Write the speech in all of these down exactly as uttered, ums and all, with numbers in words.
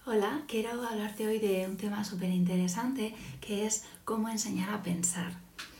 Hola, quiero hablarte hoy de un tema súper interesante que es cómo enseñar a pensar,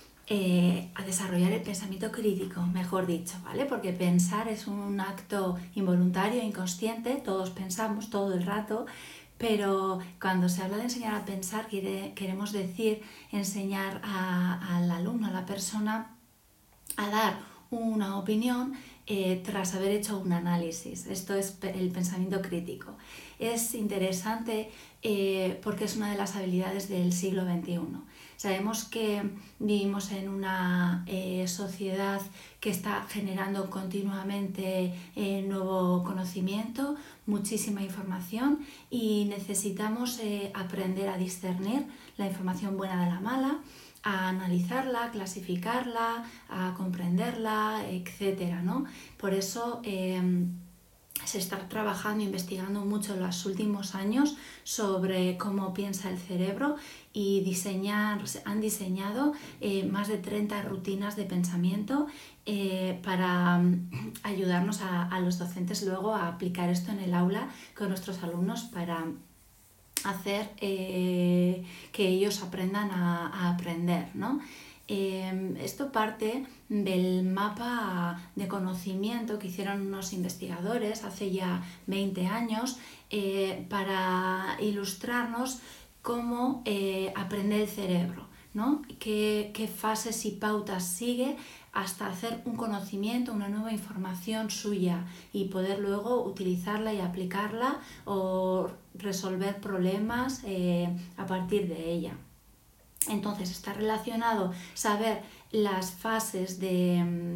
eh, a desarrollar el pensamiento crítico, mejor dicho, ¿vale? Porque pensar es un acto involuntario, inconsciente, todos pensamos todo el rato, pero cuando se habla de enseñar a pensar quiere, queremos decir enseñar a, al alumno, a la persona, a dar una opinión eh, tras haber hecho un análisis. Esto es el pensamiento crítico. Es interesante eh, porque es una de las habilidades del siglo veintiuno. Sabemos que vivimos en una eh, sociedad que está generando continuamente eh, nuevo conocimiento, muchísima información y necesitamos eh, aprender a discernir la información buena de la mala, a analizarla, a clasificarla, a comprenderla, etcétera, ¿no? Por eso eh, se está trabajando, investigando mucho en los últimos años sobre cómo piensa el cerebro y diseñar, han diseñado eh, más de treinta rutinas de pensamiento eh, para um, ayudarnos a, a los docentes luego a aplicar esto en el aula con nuestros alumnos para hacer eh, que ellos aprendan a, a aprender, ¿no? Eh, esto parte del mapa de conocimiento que hicieron unos investigadores hace ya veinte años eh, para ilustrarnos cómo eh, aprende el cerebro, ¿no? ¿Qué, qué fases y pautas sigue hasta hacer un conocimiento, una nueva información suya y poder luego utilizarla y aplicarla o resolver problemas eh, a partir de ella. Entonces está relacionado saber las fases de,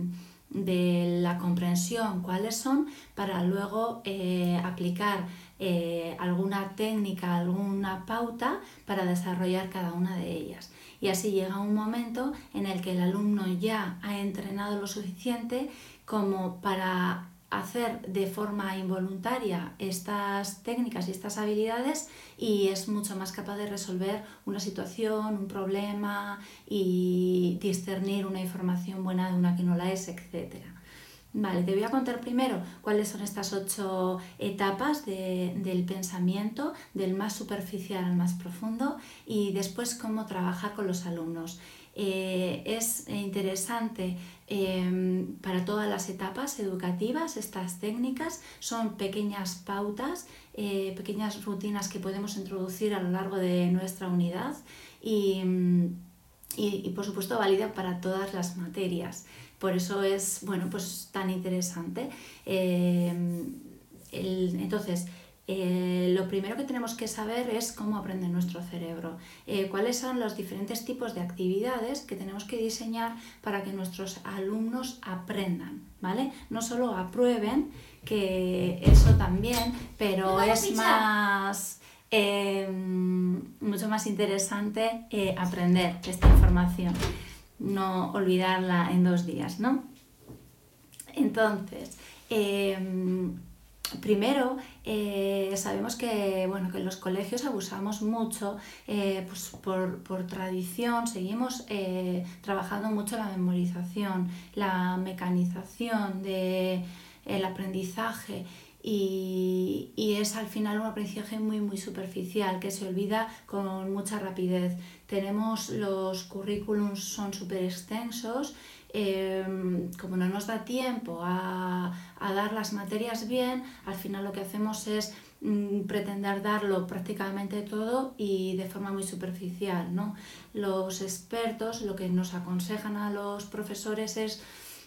de la comprensión, cuáles son, para luego eh, aplicar eh, alguna técnica, alguna pauta para desarrollar cada una de ellas. Y así llega un momento en el que el alumno ya ha entrenado lo suficiente como para hacer de forma involuntaria estas técnicas y estas habilidades y es mucho más capaz de resolver una situación, un problema y discernir una información buena de una que no la es, etcétera. Vale, te voy a contar primero cuáles son estas ocho etapas de, del pensamiento, del más superficial al más profundo, y después cómo trabajar con los alumnos. Eh, es interesante eh, para todas las etapas educativas estas técnicas, son pequeñas pautas, eh, pequeñas rutinas que podemos introducir a lo largo de nuestra unidad y, y, y por supuesto válida para todas las materias. Por eso es, bueno, pues tan interesante. Eh, el, entonces, eh, lo primero que tenemos que saber es cómo aprende nuestro cerebro, eh, cuáles son los diferentes tipos de actividades que tenemos que diseñar para que nuestros alumnos aprendan, ¿vale? No solo aprueben, que eso también, pero es más... Eh, mucho más interesante eh, aprender esta información, no olvidarla en dos días, ¿no? Entonces, eh, primero, eh, sabemos que, bueno, que en los colegios abusamos mucho, eh, pues por, por tradición, seguimos eh, trabajando mucho la memorización, la mecanización del aprendizaje. Y, y es al final un aprendizaje muy muy superficial que se olvida con mucha rapidez. Tenemos los currículums, son súper extensos, eh, como no nos da tiempo a, a dar las materias bien, al final lo que hacemos es mm, pretender darlo prácticamente todo y de forma muy superficial, ¿no? Los expertos lo que nos aconsejan a los profesores es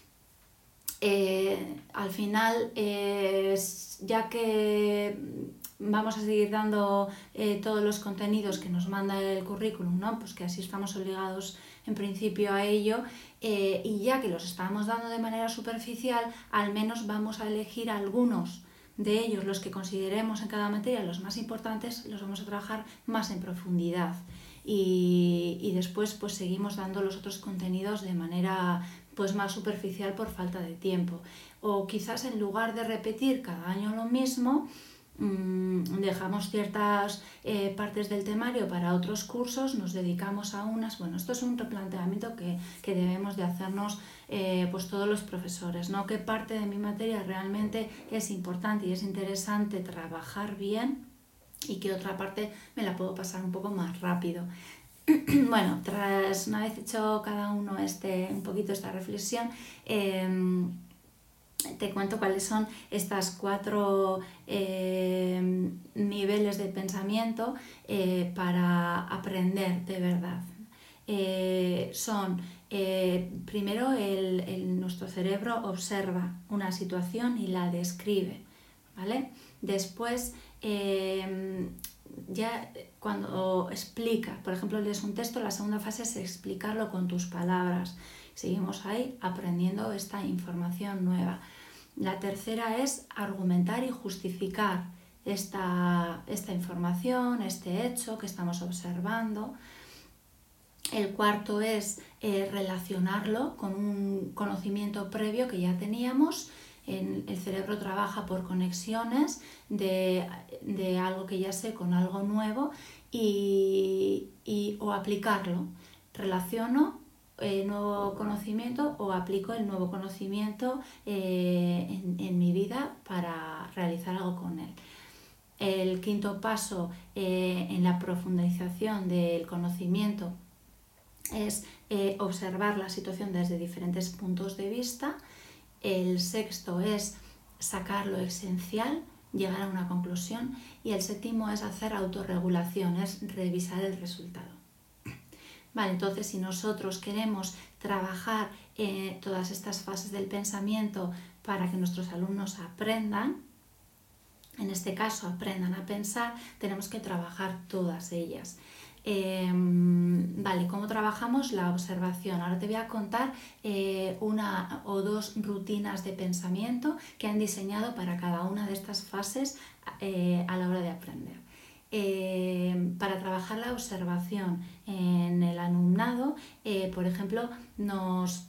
Eh, al final, eh, ya que vamos a seguir dando eh, todos los contenidos que nos manda el currículum, ¿no? Pues que así estamos obligados en principio a ello, eh, y ya que los estamos dando de manera superficial, al menos vamos a elegir algunos de ellos, los que consideremos en cada materia los más importantes, los vamos a trabajar más en profundidad. Y, y después pues seguimos dando los otros contenidos de manera pues más superficial por falta de tiempo. O quizás en lugar de repetir cada año lo mismo, mmm, dejamos ciertas eh, partes del temario para otros cursos, nos dedicamos a unas. Bueno, esto es un replanteamiento que, que debemos de hacernos eh, pues todos los profesores, ¿no? ¿Qué parte de mi materia realmente es importante y es interesante trabajar bien y qué otra parte me la puedo pasar un poco más rápido. Bueno, tras una vez hecho cada uno este, un poquito esta reflexión, eh, te cuento cuáles son estas cuatro eh, niveles de pensamiento eh, para aprender de verdad. Eh, son, eh, primero, el, el, nuestro cerebro observa una situación y la describe, ¿vale? Después, eh, ya cuando explica, por ejemplo, lees un texto, la segunda fase es explicarlo con tus palabras. Seguimos ahí aprendiendo esta información nueva. La tercera es argumentar y justificar esta, esta información, este hecho que estamos observando. El cuarto es eh, relacionarlo con un conocimiento previo que ya teníamos. En, el cerebro trabaja por conexiones de, de algo que ya sé con algo nuevo y, y, o aplicarlo. Relaciono el nuevo conocimiento o aplico el nuevo conocimiento eh, en, en mi vida para realizar algo con él. El quinto paso eh, en la profundización del conocimiento es eh, observar la situación desde diferentes puntos de vista. El sexto es sacar lo esencial, llegar a una conclusión. Y el séptimo es hacer autorregulación, es revisar el resultado. Vale, entonces si nosotros queremos trabajar eh, todas estas fases del pensamiento para que nuestros alumnos aprendan, en este caso aprendan a pensar, tenemos que trabajar todas ellas. Eh, vale, ¿cómo trabajamos? La observación. Ahora te voy a contar eh, una o dos rutinas de pensamiento que han diseñado para cada una de estas fases eh, a la hora de aprender. Eh, para trabajar la observación en el alumnado, eh, por ejemplo, nos,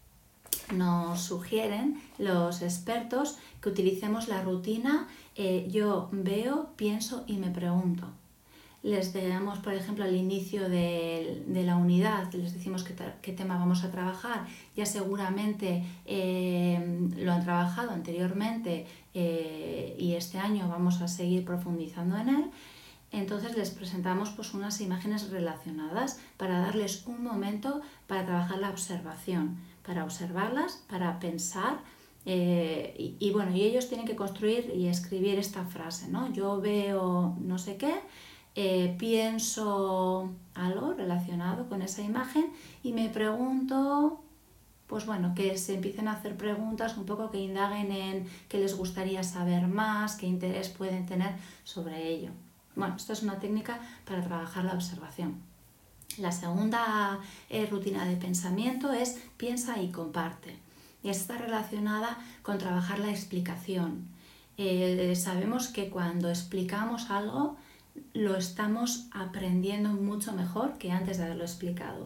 nos sugieren los expertos que utilicemos la rutina eh, yo veo, pienso y me pregunto. Les damos, por ejemplo, al inicio de, de la unidad, les decimos qué, qué tema vamos a trabajar, ya seguramente eh, lo han trabajado anteriormente eh, y este año vamos a seguir profundizando en él. Entonces les presentamos pues, unas imágenes relacionadas para darles un momento para trabajar la observación, para observarlas, para pensar eh, y, y bueno, y ellos tienen que construir y escribir esta frase, ¿no? Yo veo no sé qué, eh, pienso algo relacionado con esa imagen y me pregunto, pues bueno, que se empiecen a hacer preguntas un poco que indaguen en qué les gustaría saber más, qué interés pueden tener sobre ello. Bueno, esta es una técnica para trabajar la observación. La segunda eh, rutina de pensamiento es piensa y comparte. Y está relacionada con trabajar la explicación. Eh, sabemos que cuando explicamos algo lo estamos aprendiendo mucho mejor que antes de haberlo explicado.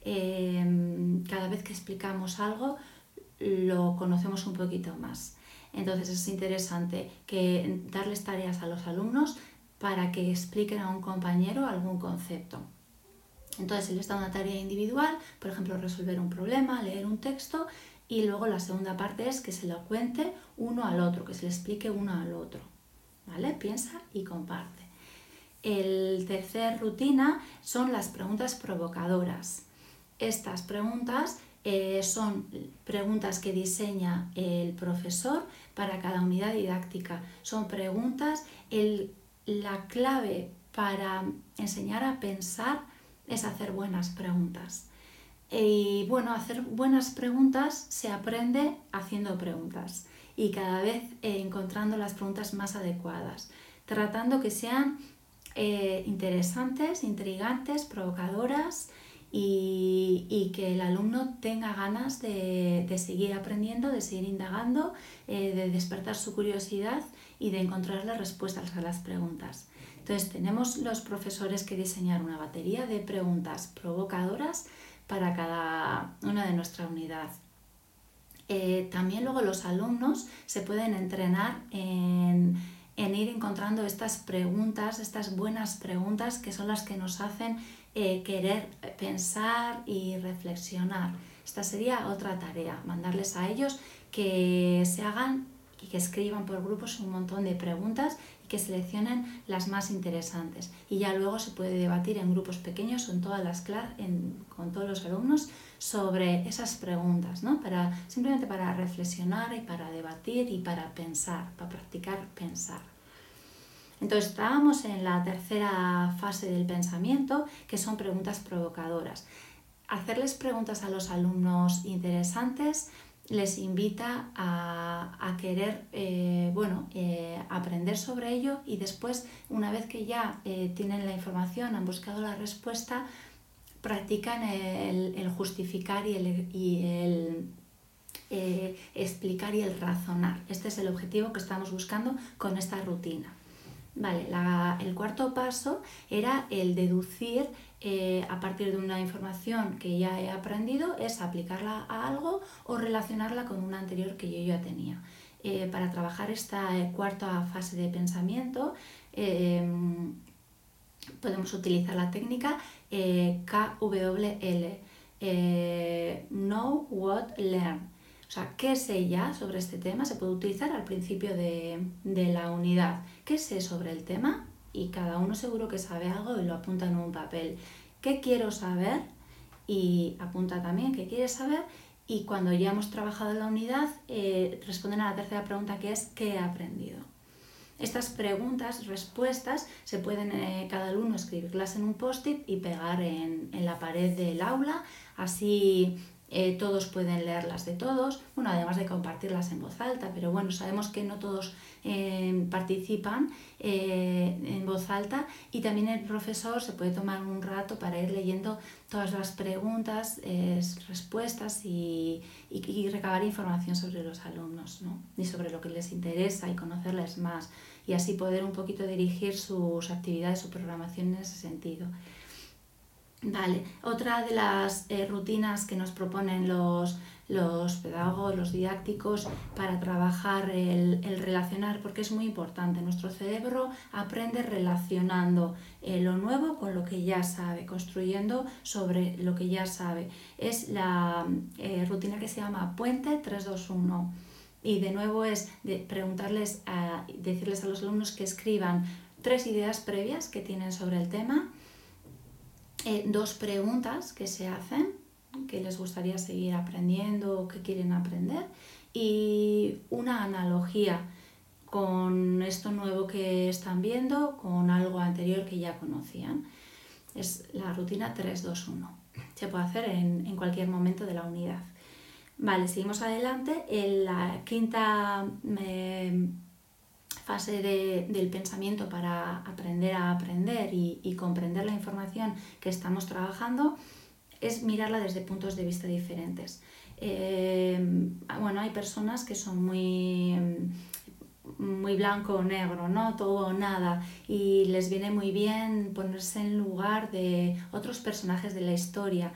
Eh, cada vez que explicamos algo lo conocemos un poquito más. Entonces es interesante que darles tareas a los alumnos para que expliquen a un compañero algún concepto. Entonces se les da una tarea individual, por ejemplo resolver un problema, leer un texto, y luego la segunda parte es que se lo cuente uno al otro, que se le explique uno al otro. ¿Vale? Piensa y comparte. El tercer rutina son las preguntas provocadoras. Estas preguntas eh, son preguntas que diseña el profesor para cada unidad didáctica. Son preguntas, el la clave para enseñar a pensar es hacer buenas preguntas. Y bueno, hacer buenas preguntas se aprende haciendo preguntas y cada vez eh, encontrando las preguntas más adecuadas, tratando que sean eh, interesantes, intrigantes, provocadoras y, y que el alumno tenga ganas de, de seguir aprendiendo, de seguir indagando, eh, de despertar su curiosidad y de encontrar las respuestas a las preguntas. Entonces tenemos los profesores que diseñar una batería de preguntas provocadoras para cada una de nuestra unidad. Eh, también luego los alumnos se pueden entrenar en, en ir encontrando estas preguntas, estas buenas preguntas que son las que nos hacen eh, querer pensar y reflexionar. Esta sería otra tarea, mandarles a ellos que se hagan y que escriban por grupos un montón de preguntas y que seleccionen las más interesantes. Y ya luego se puede debatir en grupos pequeños o en todas las clases, en, con todos los alumnos sobre esas preguntas, ¿no? Para, simplemente para reflexionar y para debatir y para pensar, para practicar pensar. Entonces estábamos en la tercera fase del pensamiento, que son preguntas provocadoras. Hacerles preguntas a los alumnos interesantes les invita a, a querer eh, bueno, eh, aprender sobre ello, y después, una vez que ya eh, tienen la información, han buscado la respuesta, practican el, el justificar y el, y el eh, explicar y el razonar. Este es el objetivo que estamos buscando con esta rutina. Vale, la, el cuarto paso era el deducir eh, a partir de una información que ya he aprendido, es aplicarla a algo o relacionarla con una anterior que yo ya tenía. Eh, para trabajar esta eh, cuarta fase de pensamiento eh, podemos utilizar la técnica eh, K W L, eh, Know, What, Learn. O sea, ¿qué sé ya sobre este tema? Se puede utilizar al principio de, de la unidad. ¿Qué sé sobre el tema? Y cada uno seguro que sabe algo y lo apunta en un papel. ¿Qué quiero saber? Y apunta también qué quieres saber. Y cuando ya hemos trabajado en la unidad, eh, responden a la tercera pregunta, que es ¿qué he aprendido? Estas preguntas, respuestas, se pueden eh, cada alumno escribirlas en un post-it y pegar en, en la pared del aula, así eh, todos pueden leerlas de todos, bueno, además de compartirlas en voz alta, pero bueno, sabemos que no todos eh, participan eh, en voz alta, y también el profesor se puede tomar un rato para ir leyendo todas las preguntas, eh, respuestas y, y, y recabar información sobre los alumnos, ¿no? Y sobre lo que les interesa y conocerles más, y así poder un poquito dirigir sus actividades, su programación en ese sentido. Vale, otra de las eh, rutinas que nos proponen los, los pedagogos, los didácticos, para trabajar el, el relacionar, porque es muy importante. Nuestro cerebro aprende relacionando eh, lo nuevo con lo que ya sabe, construyendo sobre lo que ya sabe. Es la eh, rutina que se llama Puente tres dos uno. Y de nuevo es de preguntarles, a, decirles a los alumnos que escriban tres ideas previas que tienen sobre el tema, Eh, dos preguntas que se hacen, que les gustaría seguir aprendiendo o que quieren aprender, y una analogía con esto nuevo que están viendo, con algo anterior que ya conocían. Es la rutina tres dos uno. Se puede hacer en, en cualquier momento de la unidad. Vale, seguimos adelante. En la quinta eh, fase de, del pensamiento para aprender a aprender y, y comprender la información que estamos trabajando es mirarla desde puntos de vista diferentes. Eh, bueno, hay personas que son muy, muy blanco o negro, ¿no? Todo o nada, y les viene muy bien ponerse en lugar de otros personajes de la historia,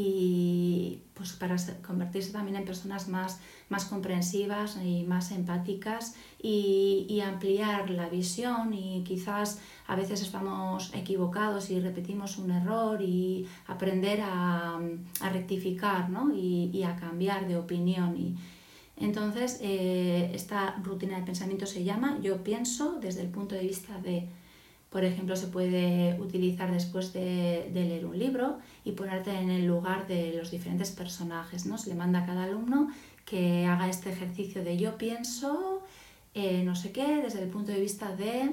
y pues para convertirse también en personas más, más comprensivas y más empáticas, y, y ampliar la visión, y quizás a veces estamos equivocados y repetimos un error, y aprender a, a rectificar, ¿no? y, y a cambiar de opinión. Y entonces eh, esta rutina de pensamiento se llama Yo pienso desde el punto de vista de. Por ejemplo, se puede utilizar después de, de leer un libro y ponerte en el lugar de los diferentes personajes, ¿no? Se le manda a cada alumno que haga este ejercicio de yo pienso, eh, no sé qué, desde el punto de vista de,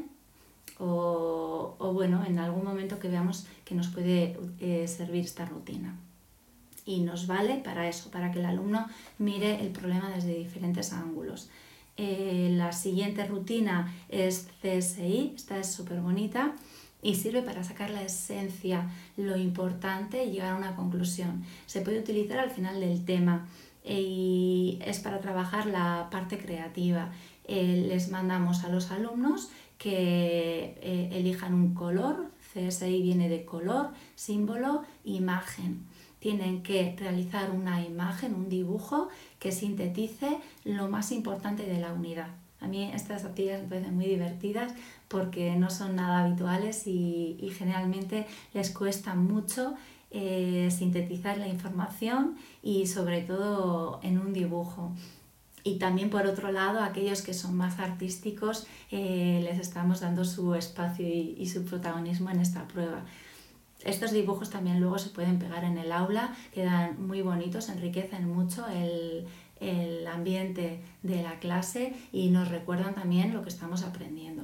o, o bueno, en algún momento que veamos que nos puede eh, servir esta rutina. Y nos vale para eso, para que el alumno mire el problema desde diferentes ángulos. Eh, la siguiente rutina es C S I, esta es súper bonita y sirve para sacar la esencia, lo importante, y llegar a una conclusión. Se puede utilizar al final del tema y es para trabajar la parte creativa. Eh, les mandamos a los alumnos que eh, elijan un color. C S I viene de color, símbolo, imagen. Tienen que realizar una imagen, un dibujo que sintetice lo más importante de la unidad. A mí estas actividades me parecen muy divertidas porque no son nada habituales y, y generalmente les cuesta mucho eh, sintetizar la información, y sobre todo en un dibujo. Y también por otro lado, aquellos que son más artísticos, eh, les estamos dando su espacio y, y su protagonismo en esta prueba. Estos dibujos también luego se pueden pegar en el aula, quedan muy bonitos, enriquecen mucho el, el ambiente de la clase y nos recuerdan también lo que estamos aprendiendo.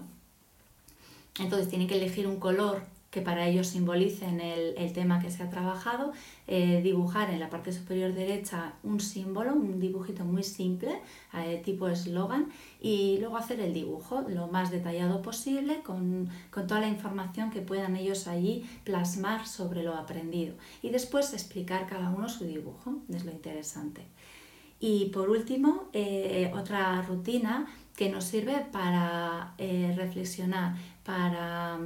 Entonces tienen que elegir un color que para ellos simbolicen el, el tema que se ha trabajado, eh, dibujar en la parte superior derecha un símbolo, un dibujito muy simple, eh, tipo eslogan, y luego hacer el dibujo lo más detallado posible con, con toda la información que puedan ellos allí plasmar sobre lo aprendido. Y después explicar cada uno su dibujo, es lo interesante. Y por último, eh, otra rutina que nos sirve para eh, reflexionar, para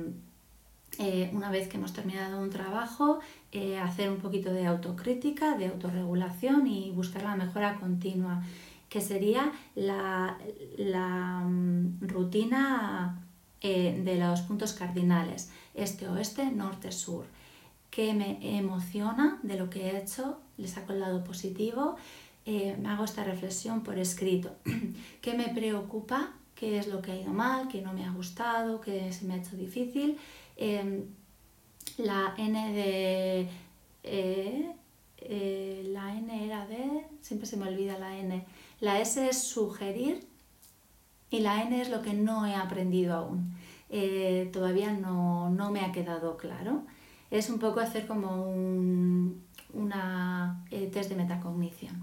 eh, una vez que hemos terminado un trabajo, eh, hacer un poquito de autocrítica, de autorregulación y buscar la mejora continua, que sería la, la um, rutina eh, de los puntos cardinales, este-oeste, norte-sur. ¿Qué me emociona de lo que he hecho? Le saco el lado positivo. Eh, me hago esta reflexión por escrito. ¿Qué me preocupa? ¿Qué es lo que ha ido mal? ¿Qué no me ha gustado? ¿Qué se me ha hecho difícil? Eh, la N de... Eh, eh, la N era de... Siempre se me olvida la N. La S es sugerir y la N es lo que no he aprendido aún. Eh, todavía no, no me ha quedado claro. Es un poco hacer como un una, eh, test de metacognición.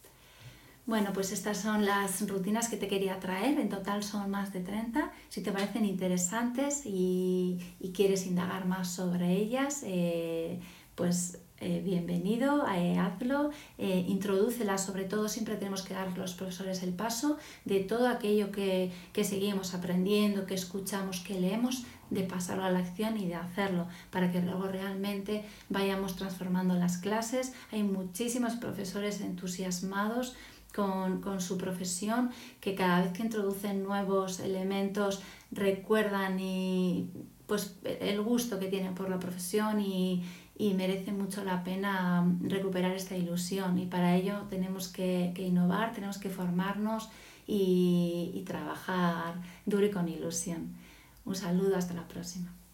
Bueno, pues estas son las rutinas que te quería traer, en total son más de treinta. Si te parecen interesantes y, y quieres indagar más sobre ellas, eh, pues eh, bienvenido, eh, hazlo, eh, introdúcelas, sobre todo siempre tenemos que dar los profesores el paso de todo aquello que, que seguimos aprendiendo, que escuchamos, que leemos, de pasarlo a la acción y de hacerlo para que luego realmente vayamos transformando las clases. Hay muchísimos profesores entusiasmados Con, con su profesión, que cada vez que introducen nuevos elementos recuerdan y, pues, el gusto que tienen por la profesión y, y merece mucho la pena recuperar esta ilusión, y para ello tenemos que, que innovar, tenemos que formarnos y, y trabajar duro y con ilusión. Un saludo, hasta la próxima.